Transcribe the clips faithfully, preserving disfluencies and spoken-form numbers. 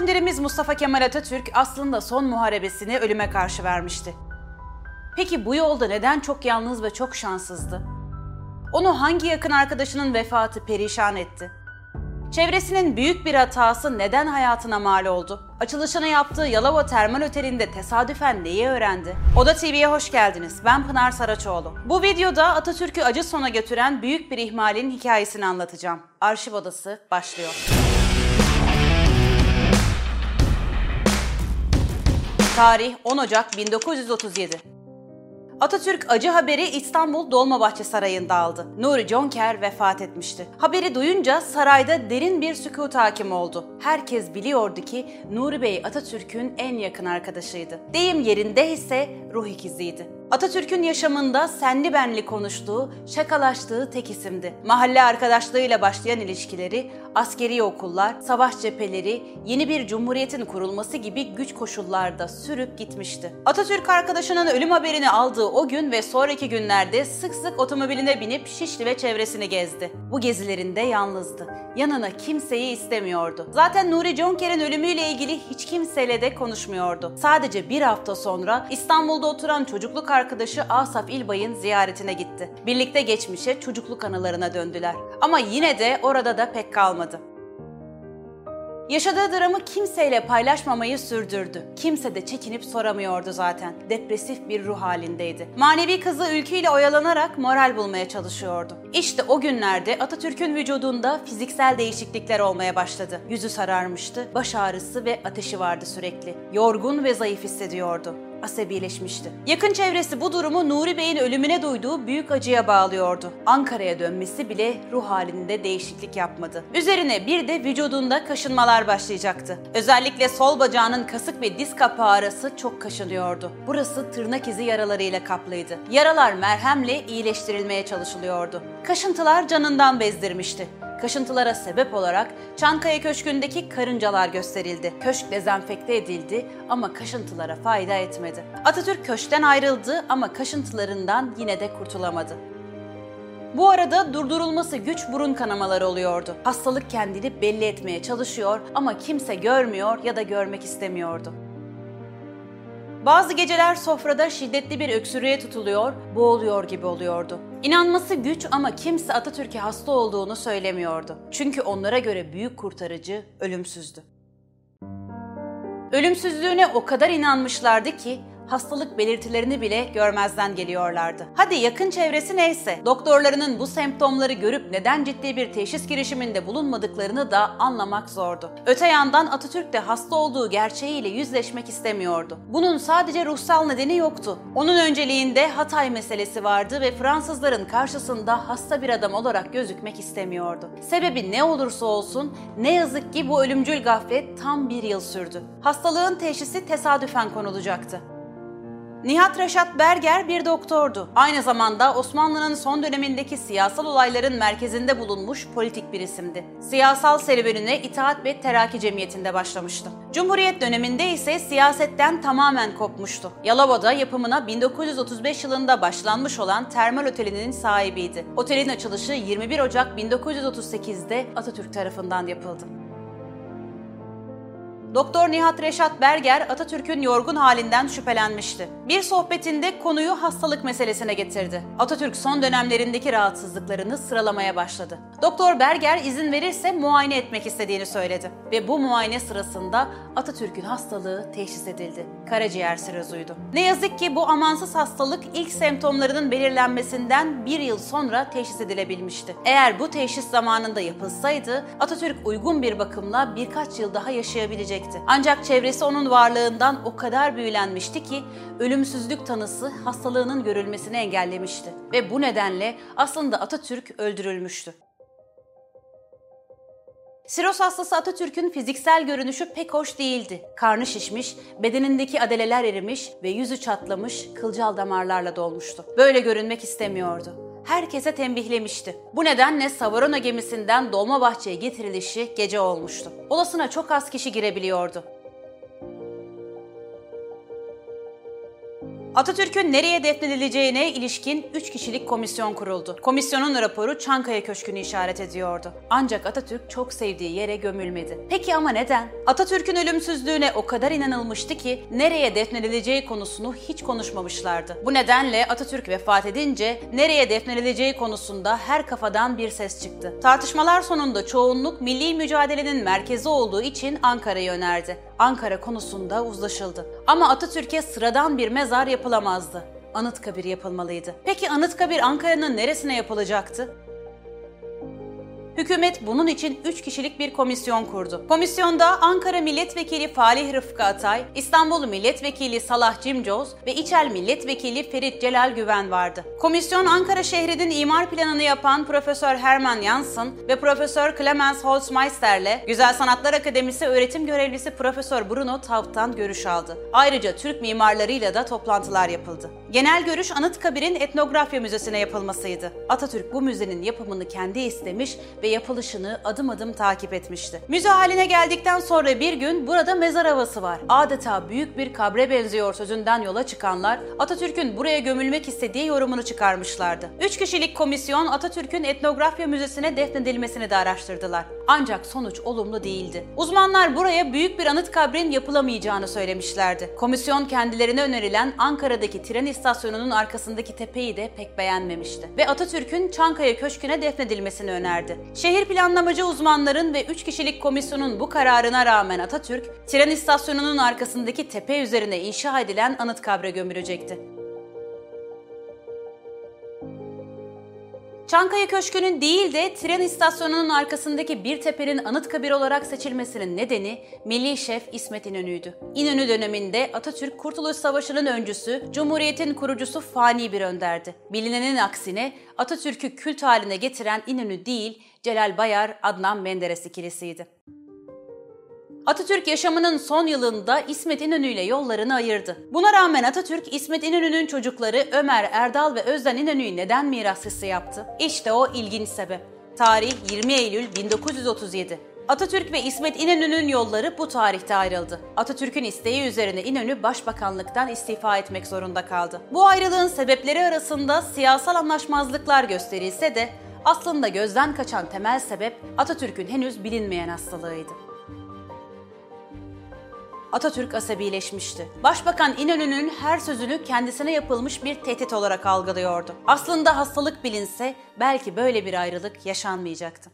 önderimiz Mustafa Kemal Atatürk aslında son muharebesini ölüme karşı vermişti. Peki bu yolda neden çok yalnız ve çok şanssızdı? Onu hangi yakın arkadaşının vefatı perişan etti? Çevresinin büyük bir hatası neden hayatına mal oldu? Açılışını yaptığı Yalova Termal Oteli'nde tesadüfen neyi öğrendi? Oda T V'ye hoş geldiniz. Ben Pınar Saraçoğlu. Bu videoda Atatürk'ü acı sona götüren büyük bir ihmalin hikayesini anlatacağım. Arşiv Odası başlıyor. Tarih on Ocak bin dokuz yüz otuz yedi. Atatürk acı haberi İstanbul Dolmabahçe Sarayı'nda aldı. Nuri Jonker vefat etmişti. Haberi duyunca sarayda derin bir sükût hakim oldu. Herkes biliyordu ki Nuri Bey Atatürk'ün en yakın arkadaşıydı. Deyim yerinde ise ruh ikiziydi. Atatürk'ün yaşamında senli benli konuştuğu, şakalaştığı tek isimdi. Mahalle arkadaşlığıyla başlayan ilişkileri, askeri okullar, savaş cepheleri, yeni bir cumhuriyetin kurulması gibi güç koşullarda sürüp gitmişti. Atatürk arkadaşının ölüm haberini aldığı o gün ve sonraki günlerde sık sık otomobiline binip Şişli ve çevresini gezdi. Bu gezilerinde yalnızdı. Yanına kimseyi istemiyordu. Zaten Nuri Jonker'in ölümüyle ilgili hiç kimseyle de konuşmuyordu. Sadece bir hafta sonra İstanbul'da oturan çocukluk arkadaşı Asaf İlbay'ın ziyaretine gitti. Birlikte geçmişe, çocukluk anılarına döndüler. Ama yine de orada da pek kalmadı. Yaşadığı dramı kimseyle paylaşmamayı sürdürdü. Kimse de çekinip soramıyordu zaten. Depresif bir ruh halindeydi. Manevi kızı Ülkü ile oyalanarak moral bulmaya çalışıyordu. İşte o günlerde Atatürk'ün vücudunda fiziksel değişiklikler olmaya başladı. Yüzü sararmıştı, baş ağrısı ve ateşi vardı sürekli. Yorgun ve zayıf hissediyordu. Asabileşmişti. Yakın çevresi bu durumu Nuri Bey'in ölümüne duyduğu büyük acıya bağlıyordu. Ankara'ya dönmesi bile ruh halinde değişiklik yapmadı. Üzerine bir de vücudunda kaşınmalar başlayacaktı. Özellikle sol bacağının kasık ve diz kapağı arası çok kaşınıyordu. Burası tırnak izi yaralarıyla kaplıydı. Yaralar merhemle iyileştirilmeye çalışılıyordu. Kaşıntılar canından bezdirmişti. Kaşıntılara sebep olarak Çankaya Köşkü'ndeki karıncalar gösterildi. Köşk dezenfekte edildi ama kaşıntılara fayda etmedi. Atatürk köşkten ayrıldı ama kaşıntılarından yine de kurtulamadı. Bu arada durdurulması güç burun kanamaları oluyordu. Hastalık kendini belli etmeye çalışıyor ama kimse görmüyor ya da görmek istemiyordu. Bazı geceler sofrada şiddetli bir öksürüğe tutuluyor, boğuluyor gibi oluyordu. İnanması güç ama kimse Atatürk'e hasta olduğunu söylemiyordu. Çünkü onlara göre büyük kurtarıcı ölümsüzdü. Ölümsüzlüğüne o kadar inanmışlardı ki hastalık belirtilerini bile görmezden geliyorlardı. Hadi yakın çevresi neyse, doktorlarının bu semptomları görüp neden ciddi bir teşhis girişiminde bulunmadıklarını da anlamak zordu. Öte yandan Atatürk de hasta olduğu gerçeğiyle yüzleşmek istemiyordu. Bunun sadece ruhsal nedeni yoktu. Onun önceliğinde Hatay meselesi vardı ve Fransızların karşısında hasta bir adam olarak gözükmek istemiyordu. Sebebi ne olursa olsun ne yazık ki bu ölümcül gaflet tam bir yıl sürdü. Hastalığın teşhisi tesadüfen konulacaktı. Nihat Reşat Berger bir doktordu. Aynı zamanda Osmanlı'nın son dönemindeki siyasal olayların merkezinde bulunmuş politik bir isimdi. Siyasal serüvenine İttihat ve Terakki Cemiyeti'nde başlamıştı. Cumhuriyet döneminde ise siyasetten tamamen kopmuştu. Yalova'da yapımına bin dokuz yüz otuz beş yılında başlanmış olan Termal Oteli'nin sahibiydi. Otelin açılışı yirmi bir Ocak bin dokuz yüz otuz sekizde Atatürk tarafından yapıldı. Doktor Nihat Reşat Berger Atatürk'ün yorgun halinden şüphelenmişti. Bir sohbetinde konuyu hastalık meselesine getirdi. Atatürk son dönemlerindeki rahatsızlıklarını sıralamaya başladı. Doktor Berger izin verirse muayene etmek istediğini söyledi. Ve bu muayene sırasında Atatürk'ün hastalığı teşhis edildi. Karaciğer sirozuydu. Ne yazık ki bu amansız hastalık ilk semptomlarının belirlenmesinden bir yıl sonra teşhis edilebilmişti. Eğer bu teşhis zamanında yapılsaydı Atatürk uygun bir bakımla birkaç yıl daha yaşayabilecekti. Ancak çevresi onun varlığından o kadar büyülenmişti ki ölümsüzlük tanısı hastalığının görülmesini engellemişti. Ve bu nedenle aslında Atatürk öldürülmüştü. Siroz hastası Atatürk'ün fiziksel görünüşü pek hoş değildi. Karnı şişmiş, bedenindeki adeleler erimiş ve yüzü çatlamış, kılcal damarlarla dolmuştu. Böyle görünmek istemiyordu. Herkese tembihlemişti. Bu nedenle Savarona gemisinden Dolmabahçe'ye getirilişi gece olmuştu. Odasına çok az kişi girebiliyordu. Atatürk'ün nereye defnedileceğine ilişkin üç kişilik komisyon kuruldu. Komisyonun raporu Çankaya Köşkü'nü işaret ediyordu. Ancak Atatürk çok sevdiği yere gömülmedi. Peki ama neden? Atatürk'ün ölümsüzlüğüne o kadar inanılmıştı ki nereye defnedileceği konusunu hiç konuşmamışlardı. Bu nedenle Atatürk vefat edince nereye defnedileceği konusunda her kafadan bir ses çıktı. Tartışmalar sonunda çoğunluk milli mücadelenin merkezi olduğu için Ankara'yı önerdi. Ankara konusunda uzlaşıldı. Ama Atatürk'e sıradan bir mezar yapılamazdı. Anıtkabir yapılmalıydı. Peki Anıtkabir Ankara'nın neresine yapılacaktı? Hükümet bunun için üç kişilik bir komisyon kurdu. Komisyonda Ankara Milletvekili Falih Rıfkı Atay, İstanbul Milletvekili Salah Cimcoz ve İçel Milletvekili Ferit Celal Güven vardı. Komisyon Ankara şehrinin imar planını yapan Profesör Hermann Janssen ve Profesör Clemens Holzmeister'le Güzel Sanatlar Akademisi öğretim görevlisi Profesör Bruno Taubt'tan görüş aldı. Ayrıca Türk mimarlarıyla da toplantılar yapıldı. Genel görüş Anıtkabir'in Etnografya Müzesi'ne yapılmasıydı. Atatürk bu müzenin yapımını kendi istemiş ve yapılışını adım adım takip etmişti. Müze haline geldikten sonra bir gün burada mezar havası var. Adeta büyük bir kabre benziyor sözünden yola çıkanlar Atatürk'ün buraya gömülmek istediği yorumunu çıkarmışlardı. Üç kişilik komisyon Atatürk'ün Etnografya Müzesi'ne defnedilmesini de araştırdılar. Ancak sonuç olumlu değildi. Uzmanlar buraya büyük bir anıt kabrin yapılamayacağını söylemişlerdi. Komisyon kendilerine önerilen Ankara'daki tren istasyonunun arkasındaki tepeyi de pek beğenmemişti ve Atatürk'ün Çankaya Köşkü'ne defnedilmesini önerdi. Şehir planlamacı uzmanların ve üç kişilik komisyonun bu kararına rağmen Atatürk, tren istasyonunun arkasındaki tepe üzerine inşa edilen Anıtkabre gömülecekti. Çankaya Köşkü'nün değil de tren istasyonunun arkasındaki bir tepenin Anıtkabir olarak seçilmesinin nedeni Milli Şef İsmet İnönü'ydü. İnönü döneminde Atatürk Kurtuluş Savaşı'nın öncüsü, Cumhuriyet'in kurucusu fani bir önderdi. Bilinenin aksine Atatürk'ü kült haline getiren İnönü değil, Celal Bayar, Adnan Menderes ikilisiydi. Atatürk yaşamının son yılında İsmet İnönü ile yollarını ayırdı. Buna rağmen Atatürk, İsmet İnönü'nün çocukları Ömer, Erdal ve Özden İnönü'yü neden mirasçısı yaptı? İşte o ilginç sebep. Tarih yirmi Eylül bin dokuz yüz otuz yedi. Atatürk ve İsmet İnönü'nün yolları bu tarihte ayrıldı. Atatürk'ün isteği üzerine İnönü başbakanlıktan istifa etmek zorunda kaldı. Bu ayrılığın sebepleri arasında siyasal anlaşmazlıklar gösterilse de aslında gözden kaçan temel sebep Atatürk'ün henüz bilinmeyen hastalığıydı. Atatürk asabileşmişti. Başbakan İnönü'nün her sözünü kendisine yapılmış bir tehdit olarak algılıyordu. Aslında hastalık bilinse belki böyle bir ayrılık yaşanmayacaktı.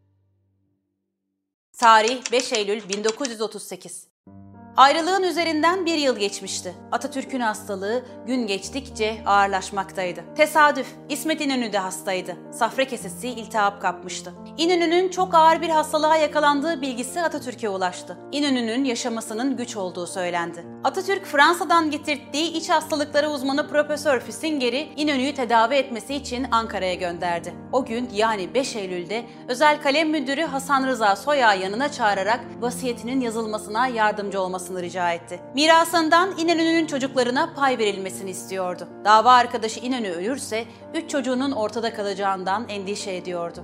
Tarih beş Eylül bin dokuz yüz otuz sekiz. Ayrılığın üzerinden bir yıl geçmişti. Atatürk'ün hastalığı gün geçtikçe ağırlaşmaktaydı. Tesadüf, İsmet İnönü de hastaydı. Safra kesesi iltihap kapmıştı. İnönü'nün çok ağır bir hastalığa yakalandığı bilgisi Atatürk'e ulaştı. İnönü'nün yaşamasının güç olduğu söylendi. Atatürk, Fransa'dan getirttiği iç hastalıkları uzmanı Profesör Füsinger'i İnönü'yü tedavi etmesi için Ankara'ya gönderdi. O gün yani beş Eylül'de Özel Kalem Müdürü Hasan Rıza Soyak'ı yanına çağırarak vasiyetinin yazılmasına yardımcı olmasını rica etti. Mirasından İnönü'nün çocuklarına pay verilmesini istiyordu. Dava arkadaşı İnönü ölürse üç çocuğunun ortada kalacağından endişe ediyordu.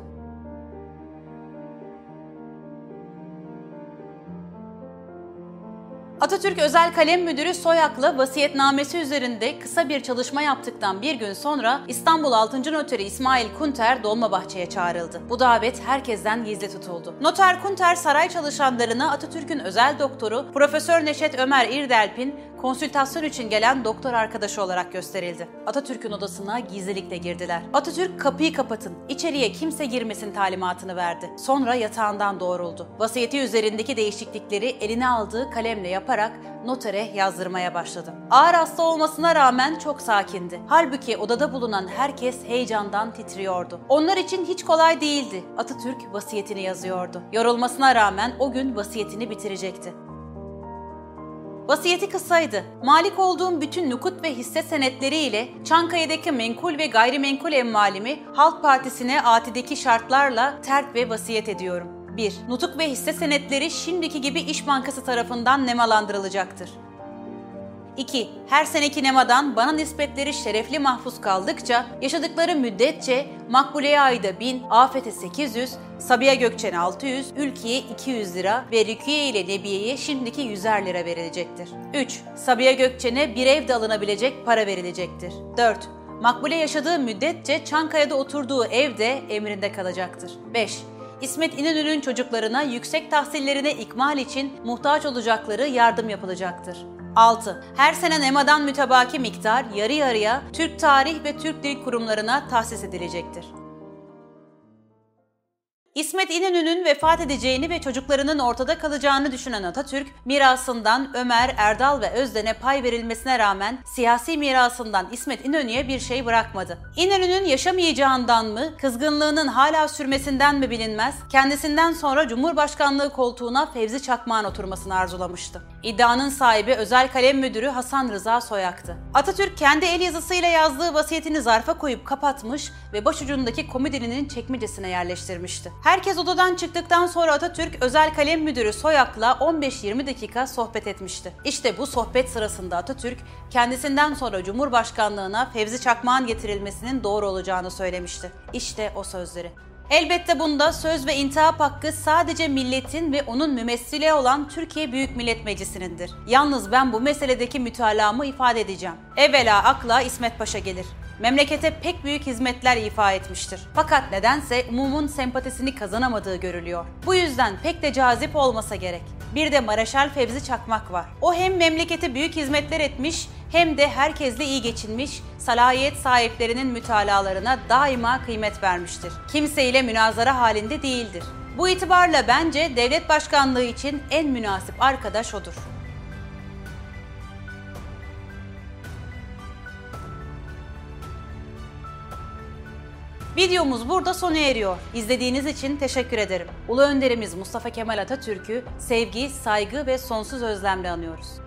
Atatürk Özel Kalem Müdürü Soyak'la vasiyetnamesi üzerinde kısa bir çalışma yaptıktan bir gün sonra İstanbul altıncı Noteri İsmail Kunter Dolmabahçe'ye çağrıldı. Bu davet herkesten gizli tutuldu. Noter Kunter saray çalışanlarına Atatürk'ün özel doktoru Profesör Neşet Ömer İrdelp'in konsültasyon için gelen doktor arkadaşı olarak gösterildi. Atatürk'ün odasına gizlilikle girdiler. Atatürk kapıyı kapatın, içeriye kimse girmesin talimatını verdi. Sonra yatağından doğruldu. Vasiyeti üzerindeki değişiklikleri eline aldığı kalemle yaparak notere yazdırmaya başladı. Ağır hasta olmasına rağmen çok sakindi. Halbuki odada bulunan herkes heyecandan titriyordu. Onlar için hiç kolay değildi. Atatürk vasiyetini yazıyordu. Yorulmasına rağmen o gün vasiyetini bitirecekti. Vasiyeti kısaydı. Malik olduğum bütün nukut ve hisse senetleri ile Çankaya'daki menkul ve gayrimenkul emvalimi Halk Partisi'ne atideki şartlarla terk ve vasiyet ediyorum. bir. Nutuk ve hisse senetleri şimdiki gibi İş Bankası tarafından nemalandırılacaktır. iki. Her seneki nemadan bana nispetleri şerefli mahfuz kaldıkça, yaşadıkları müddetçe Makbule'ye ayda bin, Afet'e sekiz yüz, Sabiha Gökçen'e altı yüz, Ülkiye iki yüz lira ve Rukiye ile Nebiye'ye şimdiki yüzer lira verilecektir. üç. Sabiha Gökçen'e bir ev de alınabilecek para verilecektir. dört. Makbule yaşadığı müddetçe Çankaya'da oturduğu evde emrinde kalacaktır. beş. İsmet İnönü'nün çocuklarına yüksek tahsillerine ikmal için muhtaç olacakları yardım yapılacaktır. altı. Her sene nemadan mütebaki miktar yarı yarıya Türk Tarih ve Türk Dil Kurumlarına tahsis edilecektir. İsmet İnönü'nün vefat edeceğini ve çocuklarının ortada kalacağını düşünen Atatürk, mirasından Ömer, Erdal ve Özden'e pay verilmesine rağmen siyasi mirasından İsmet İnönü'ye bir şey bırakmadı. İnönü'nün yaşamayacağından mı, kızgınlığının hala sürmesinden mi bilinmez, kendisinden sonra Cumhurbaşkanlığı koltuğuna Fevzi Çakmak'ın oturmasını arzulamıştı. İddianın sahibi Özel Kalem Müdürü Hasan Rıza Soyak'tı. Atatürk kendi el yazısıyla yazdığı vasiyetini zarfa koyup kapatmış ve başucundaki komodininin çekmecesine yerleştirmişti. Herkes odadan çıktıktan sonra Atatürk Özel Kalem Müdürü Soyak'la on beş yirmi dakika sohbet etmişti. İşte bu sohbet sırasında Atatürk kendisinden sonra Cumhurbaşkanlığına Fevzi Çakmak'ın getirilmesinin doğru olacağını söylemişti. İşte o sözleri. Elbette bunda söz ve intihap hakkı sadece milletin ve onun mümessili olan Türkiye Büyük Millet Meclisi'nindir. Yalnız ben bu meseledeki mütalaamı ifade edeceğim. Evvela akla İsmet Paşa gelir. Memlekete pek büyük hizmetler ifa etmiştir. Fakat nedense umumun sempatisini kazanamadığı görülüyor. Bu yüzden pek de cazip olmasa gerek. Bir de Mareşal Fevzi Çakmak var. O hem memlekete büyük hizmetler etmiş hem de herkesle iyi geçinmiş, salahiyet sahiplerinin mütalalarına daima kıymet vermiştir. Kimseyle münazara halinde değildir. Bu itibarla bence devlet başkanlığı için en münasip arkadaş odur. Videomuz burada sona eriyor. İzlediğiniz için teşekkür ederim. Ulu Önderimiz Mustafa Kemal Atatürk'ü sevgi, saygı ve sonsuz özlemle anıyoruz.